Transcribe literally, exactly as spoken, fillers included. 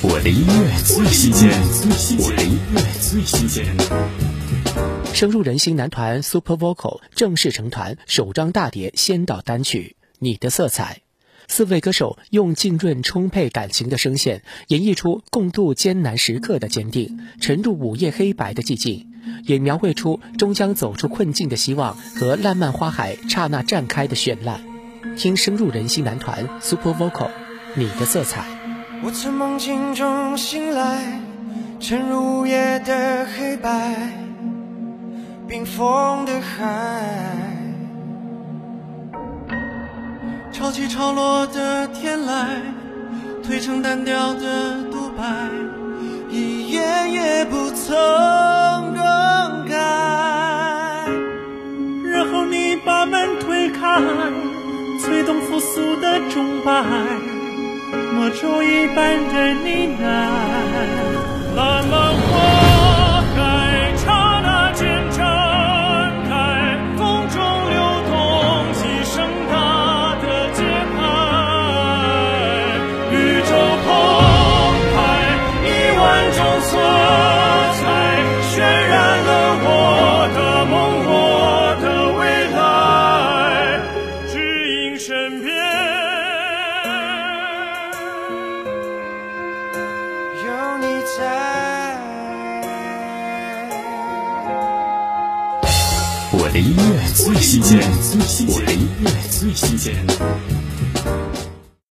我的音乐最新鲜，我的音乐最新鲜。 深入人心男团 Super Vocal 正式成团，首张大碟先导单曲《你的色彩》。四位歌手用浸润充沛感情的声线，演绎出共度艰难时刻的坚定，沉入午夜黑白的寂静，也描绘出终将走出困境的希望和烂漫花海刹那绽开的绚烂。听深入人心男团 Super Vocal《你的色彩》。 我从梦境中醒来，沉入午夜的黑白，冰封的海，潮起潮落的天来，褪成单调的独白，一页也不曾更改。 然后你把门推开，催动复苏的钟摆，魔咒一般的呢喃，烂漫花海刹那间展开，风中流动起盛大的节拍，宇宙澎湃，一万种色彩渲染了我的梦，我的未来，指引身边有你在。 我的音乐最新鲜，我的音乐最新鲜。